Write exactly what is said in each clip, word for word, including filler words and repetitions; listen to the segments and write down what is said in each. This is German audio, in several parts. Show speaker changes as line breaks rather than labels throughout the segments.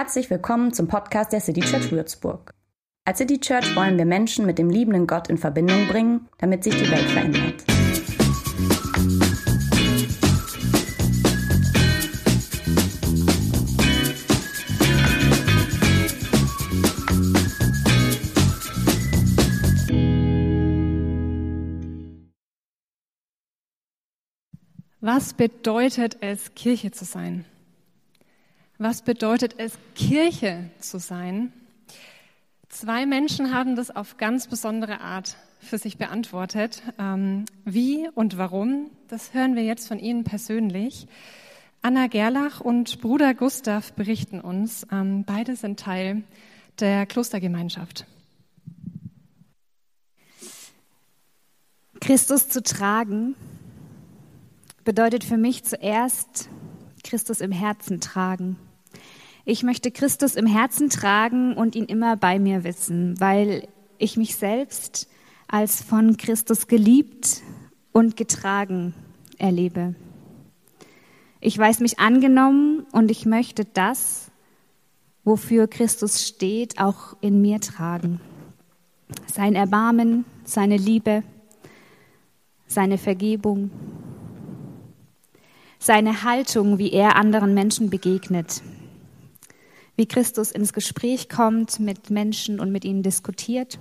Herzlich willkommen zum Podcast der City Church Würzburg. Als City Church wollen wir Menschen mit dem liebenden Gott in Verbindung bringen, damit sich die Welt verändert.
Was bedeutet es, Kirche zu sein? Was bedeutet es, Kirche zu sein? Zwei Menschen haben das auf ganz besondere Art für sich beantwortet. Ähm, wie und warum, das hören wir jetzt von Ihnen persönlich. Anna Gerlach und Bruder Gustav berichten uns. Ähm, beide sind Teil der Klostergemeinschaft.
Christus zu tragen bedeutet für mich zuerst Christus im Herzen tragen. Ich möchte Christus im Herzen tragen und ihn immer bei mir wissen, weil ich mich selbst als von Christus geliebt und getragen erlebe. Ich weiß mich angenommen und ich möchte das, wofür Christus steht, auch in mir tragen. Sein Erbarmen, seine Liebe, seine Vergebung, seine Haltung, wie er anderen Menschen begegnet, wie Christus ins Gespräch kommt mit Menschen und mit ihnen diskutiert,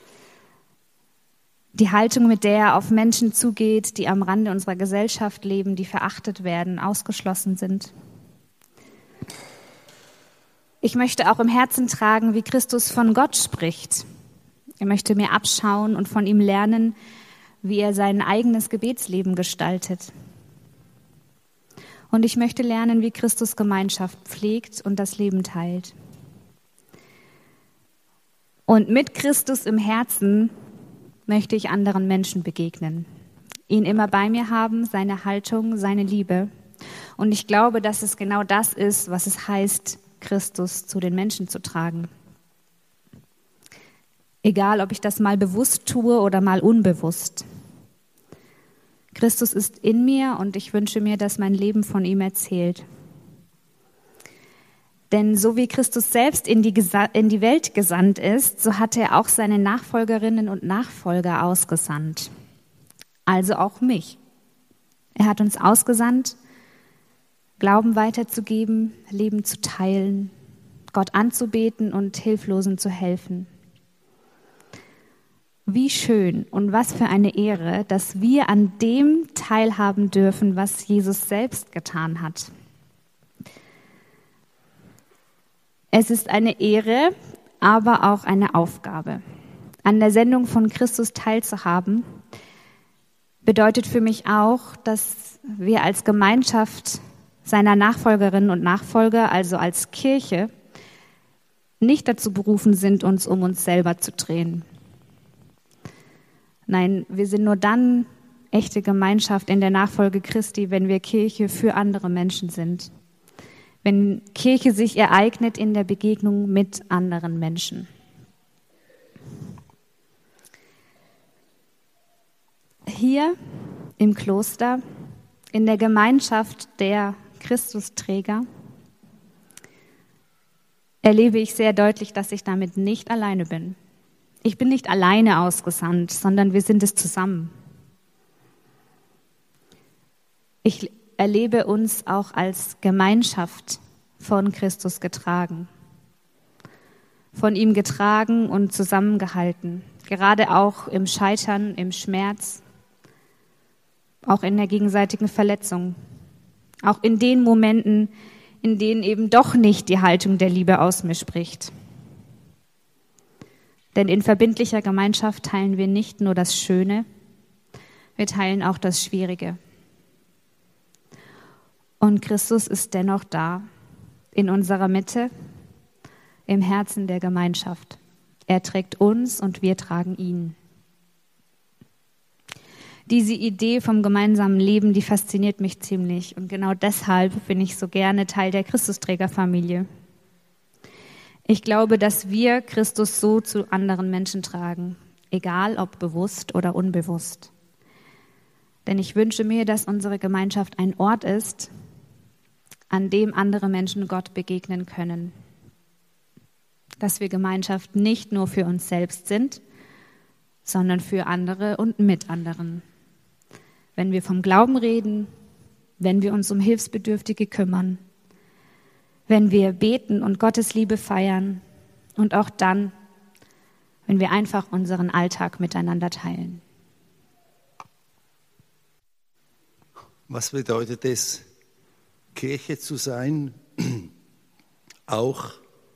die Haltung, mit der er auf Menschen zugeht, die am Rande unserer Gesellschaft leben, die verachtet werden, ausgeschlossen sind. Ich möchte auch im Herzen tragen, wie Christus von Gott spricht. Er möchte mir abschauen und von ihm lernen, wie er sein eigenes Gebetsleben gestaltet. Und ich möchte lernen, wie Christus Gemeinschaft pflegt und das Leben teilt. Und mit Christus im Herzen möchte ich anderen Menschen begegnen, ihn immer bei mir haben, seine Haltung, seine Liebe. Und ich glaube, dass es genau das ist, was es heißt, Christus zu den Menschen zu tragen. Egal, ob ich das mal bewusst tue oder mal unbewusst. Christus ist in mir und ich wünsche mir, dass mein Leben von ihm erzählt. Denn so wie Christus selbst in die, in die Welt gesandt ist, so hat er auch seine Nachfolgerinnen und Nachfolger ausgesandt. Also auch mich. Er hat uns ausgesandt, Glauben weiterzugeben, Leben zu teilen, Gott anzubeten und Hilflosen zu helfen. Wie schön und was für eine Ehre, dass wir an dem teilhaben dürfen, was Jesus selbst getan hat. Es ist eine Ehre, aber auch eine Aufgabe. An der Sendung von Christus teilzuhaben, bedeutet für mich auch, dass wir als Gemeinschaft seiner Nachfolgerinnen und Nachfolger, also als Kirche, nicht dazu berufen sind, uns um uns selber zu drehen. Nein, wir sind nur dann echte Gemeinschaft in der Nachfolge Christi, wenn wir Kirche für andere Menschen sind. Wenn Kirche sich ereignet in der Begegnung mit anderen Menschen. Hier im Kloster, in der Gemeinschaft der Christusträger, erlebe ich sehr deutlich, dass ich damit nicht alleine bin. Ich bin nicht alleine ausgesandt, sondern wir sind es zusammen. Ich erlebe uns auch als Gemeinschaft von Christus getragen. Von ihm getragen und zusammengehalten. Gerade auch im Scheitern, im Schmerz, auch in der gegenseitigen Verletzung. Auch in den Momenten, in denen eben doch nicht die Haltung der Liebe aus mir spricht. Denn in verbindlicher Gemeinschaft teilen wir nicht nur das Schöne, wir teilen auch das Schwierige. Und Christus ist dennoch da, in unserer Mitte, im Herzen der Gemeinschaft. Er trägt uns und wir tragen ihn. Diese Idee vom gemeinsamen Leben, die fasziniert mich ziemlich. Und genau deshalb bin ich so gerne Teil der Christusträgerfamilie. Ich glaube, dass wir Christus so zu anderen Menschen tragen, egal ob bewusst oder unbewusst. Denn ich wünsche mir, dass unsere Gemeinschaft ein Ort ist, an dem andere Menschen Gott begegnen können. dass wir Gemeinschaft nicht nur für uns selbst sind, sondern für andere und mit anderen. Wenn wir vom Glauben reden, wenn wir uns um Hilfsbedürftige kümmern, wenn wir beten und Gottes Liebe feiern und auch dann, wenn wir einfach unseren Alltag miteinander teilen.
Was bedeutet es, Kirche zu sein? Auch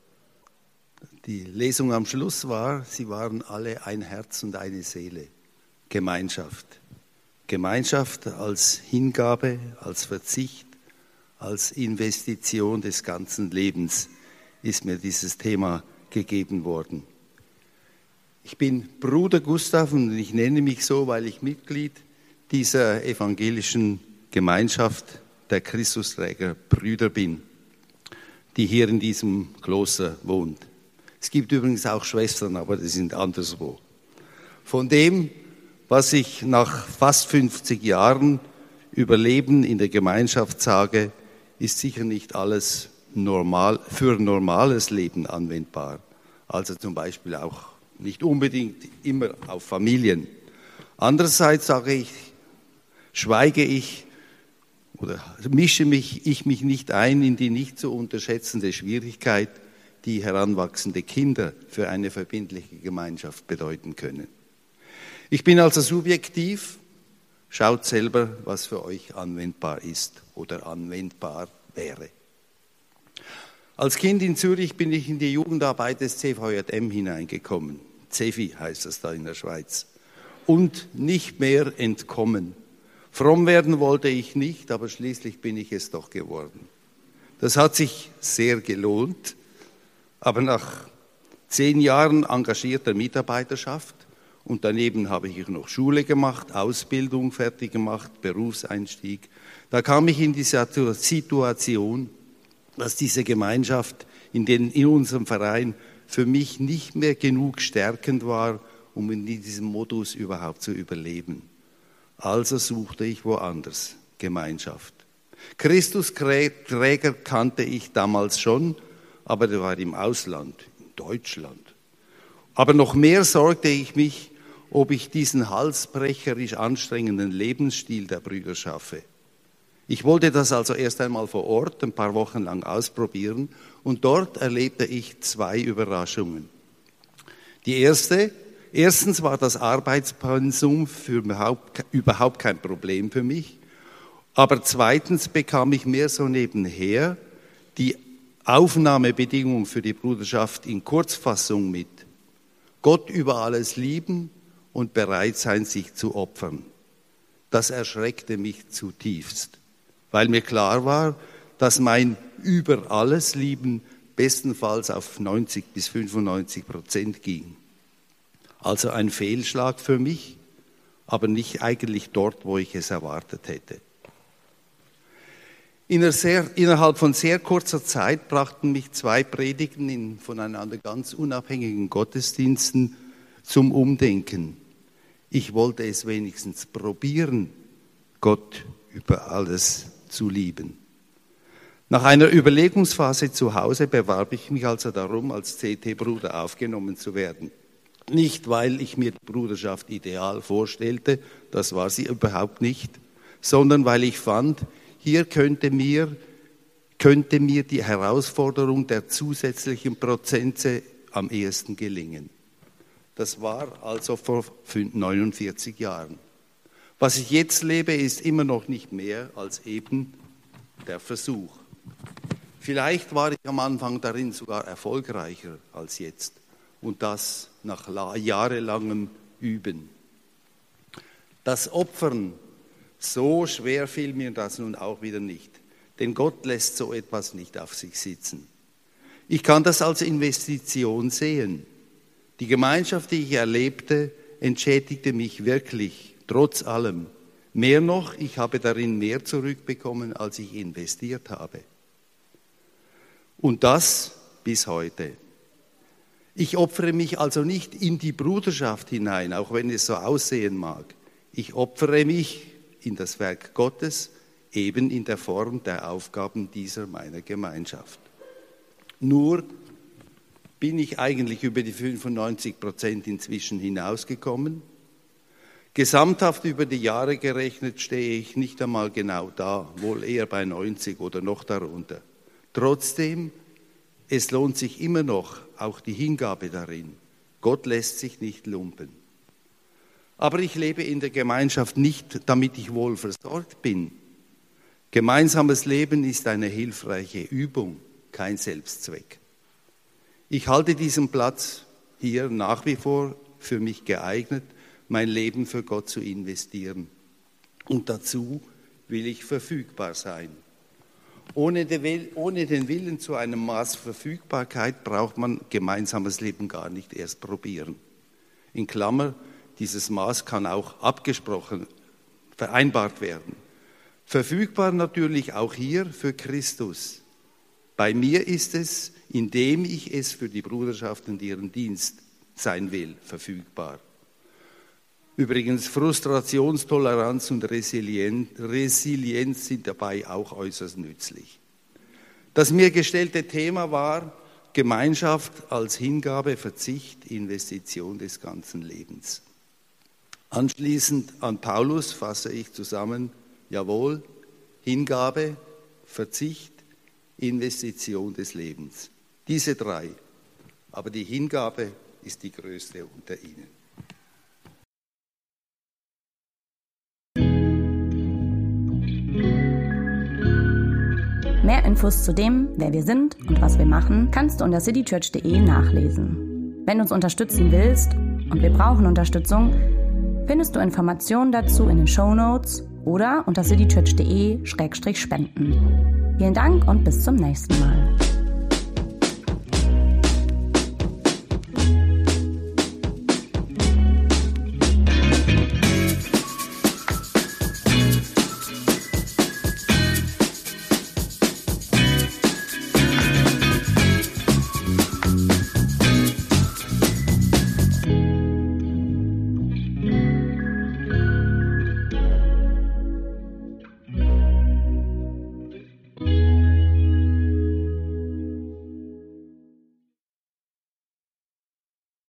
die Lesung am Schluss war, sie waren alle ein Herz und eine Seele. Gemeinschaft. Gemeinschaft als Hingabe, als Verzicht, als Investition des ganzen Lebens ist mir dieses Thema gegeben worden. Ich bin Bruder Gustav und ich nenne mich so, weil ich Mitglied dieser evangelischen Gemeinschaft der Christusträger Brüder bin, die hier in diesem Kloster wohnt. Es gibt übrigens auch Schwestern, aber die sind anderswo. Von dem, was ich nach fast fünfzig Jahren Überleben in der Gemeinschaft sage, ist sicher nicht alles normal, für normales Leben anwendbar. Also zum Beispiel auch nicht unbedingt immer auf Familien. Andererseits sage ich, schweige ich oder mische mich, ich mich nicht ein in die nicht zu unterschätzende Schwierigkeit, die heranwachsende Kinder für eine verbindliche Gemeinschaft bedeuten können. Ich bin also subjektiv, schaut selber, was für euch anwendbar ist oder anwendbar wäre. Als Kind in Zürich bin ich in die Jugendarbeit des C V J M hineingekommen. C E F I heißt das da in der Schweiz. Und nicht mehr entkommen. Fromm werden wollte ich nicht, aber schließlich bin ich es doch geworden. Das hat sich sehr gelohnt, aber nach zehn Jahren engagierter Mitarbeiterschaft und daneben habe ich noch Schule gemacht, Ausbildung fertig gemacht, Berufseinstieg. Da kam ich in die Situation, dass diese Gemeinschaft in, den, in unserem Verein für mich nicht mehr genug stärkend war, um in diesem Modus überhaupt zu überleben. Also suchte ich woanders Gemeinschaft. Christusträger kannte ich damals schon, aber der war im Ausland, in Deutschland. Aber noch mehr sorgte ich mich, ob ich diesen halsbrecherisch anstrengenden Lebensstil der Brüder schaffe. Ich wollte das also erst einmal vor Ort ein paar Wochen lang ausprobieren und dort erlebte ich zwei Überraschungen. Die erste, erstens war das Arbeitspensum für überhaupt, überhaupt kein Problem für mich, aber zweitens bekam ich mehr so nebenher die Aufnahmebedingungen für die Bruderschaft in Kurzfassung mit. Gott über alles lieben und bereit sein, sich zu opfern. Das erschreckte mich zutiefst, weil mir klar war, dass mein über alles Lieben bestenfalls auf neunzig bis fünfundneunzig Prozent ging. Also ein Fehlschlag für mich, aber nicht eigentlich dort, wo ich es erwartet hätte. In sehr, innerhalb von sehr kurzer Zeit brachten mich zwei Predigten in voneinander ganz unabhängigen Gottesdiensten zum Umdenken. Ich wollte es wenigstens probieren, Gott über alles zu lieben. Nach einer Überlegungsphase zu Hause bewarb ich mich also darum, als C T-Bruder aufgenommen zu werden. Nicht, weil ich mir die Bruderschaft ideal vorstellte, das war sie überhaupt nicht, sondern weil ich fand, hier könnte mir, könnte mir die Herausforderung der zusätzlichen Prozente am ehesten gelingen. Das war also vor neunundvierzig Jahren. Was ich jetzt lebe, ist immer noch nicht mehr als eben der Versuch. Vielleicht war ich am Anfang darin sogar erfolgreicher als jetzt und das nach jahrelangem Üben. Das Opfern, so schwer fiel mir das nun auch wieder nicht, denn Gott lässt so etwas nicht auf sich sitzen. Ich kann das als Investition sehen. Die Gemeinschaft, die ich erlebte, entschädigte mich wirklich, trotz allem. Mehr noch, ich habe darin mehr zurückbekommen, als ich investiert habe. Und das bis heute. Ich opfere mich also nicht in die Bruderschaft hinein, auch wenn es so aussehen mag. Ich opfere mich in das Werk Gottes, eben in der Form der Aufgaben dieser meiner Gemeinschaft. Nur bin ich eigentlich über die fünfundneunzig Prozent inzwischen hinausgekommen. Gesamthaft über die Jahre gerechnet stehe ich nicht einmal genau da, wohl eher bei neunzig oder noch darunter. Trotzdem, es lohnt sich immer noch auch die Hingabe darin. Gott lässt sich nicht lumpen. Aber ich lebe in der Gemeinschaft nicht, damit ich wohl versorgt bin. Gemeinsames Leben ist eine hilfreiche Übung, kein Selbstzweck. Ich halte diesen Platz hier nach wie vor für mich geeignet, mein Leben für Gott zu investieren. Und dazu will ich verfügbar sein. Ohne den Willen zu einem Maß Verfügbarkeit braucht man gemeinsames Leben gar nicht erst probieren. In Klammer, dieses Maß kann auch abgesprochen, vereinbart werden. Verfügbar natürlich auch hier für Christus. Bei mir ist es, indem ich es für die Bruderschaft und ihren Dienst sein will, verfügbar. Übrigens, Frustrationstoleranz und Resilienz sind dabei auch äußerst nützlich. Das mir gestellte Thema war Gemeinschaft als Hingabe, Verzicht, Investition des ganzen Lebens. Anschließend an Paulus fasse ich zusammen, jawohl, Hingabe, Verzicht, Investition des Lebens. Diese drei, aber die Hingabe ist die größte unter ihnen.
Mehr Infos zu dem, wer wir sind und was wir machen, kannst du unter citychurch punkt de nachlesen. Wenn du uns unterstützen willst, und wir brauchen Unterstützung, findest du Informationen dazu in den Shownotes oder unter citychurch punkt de slash spenden. Vielen Dank und bis zum nächsten Mal.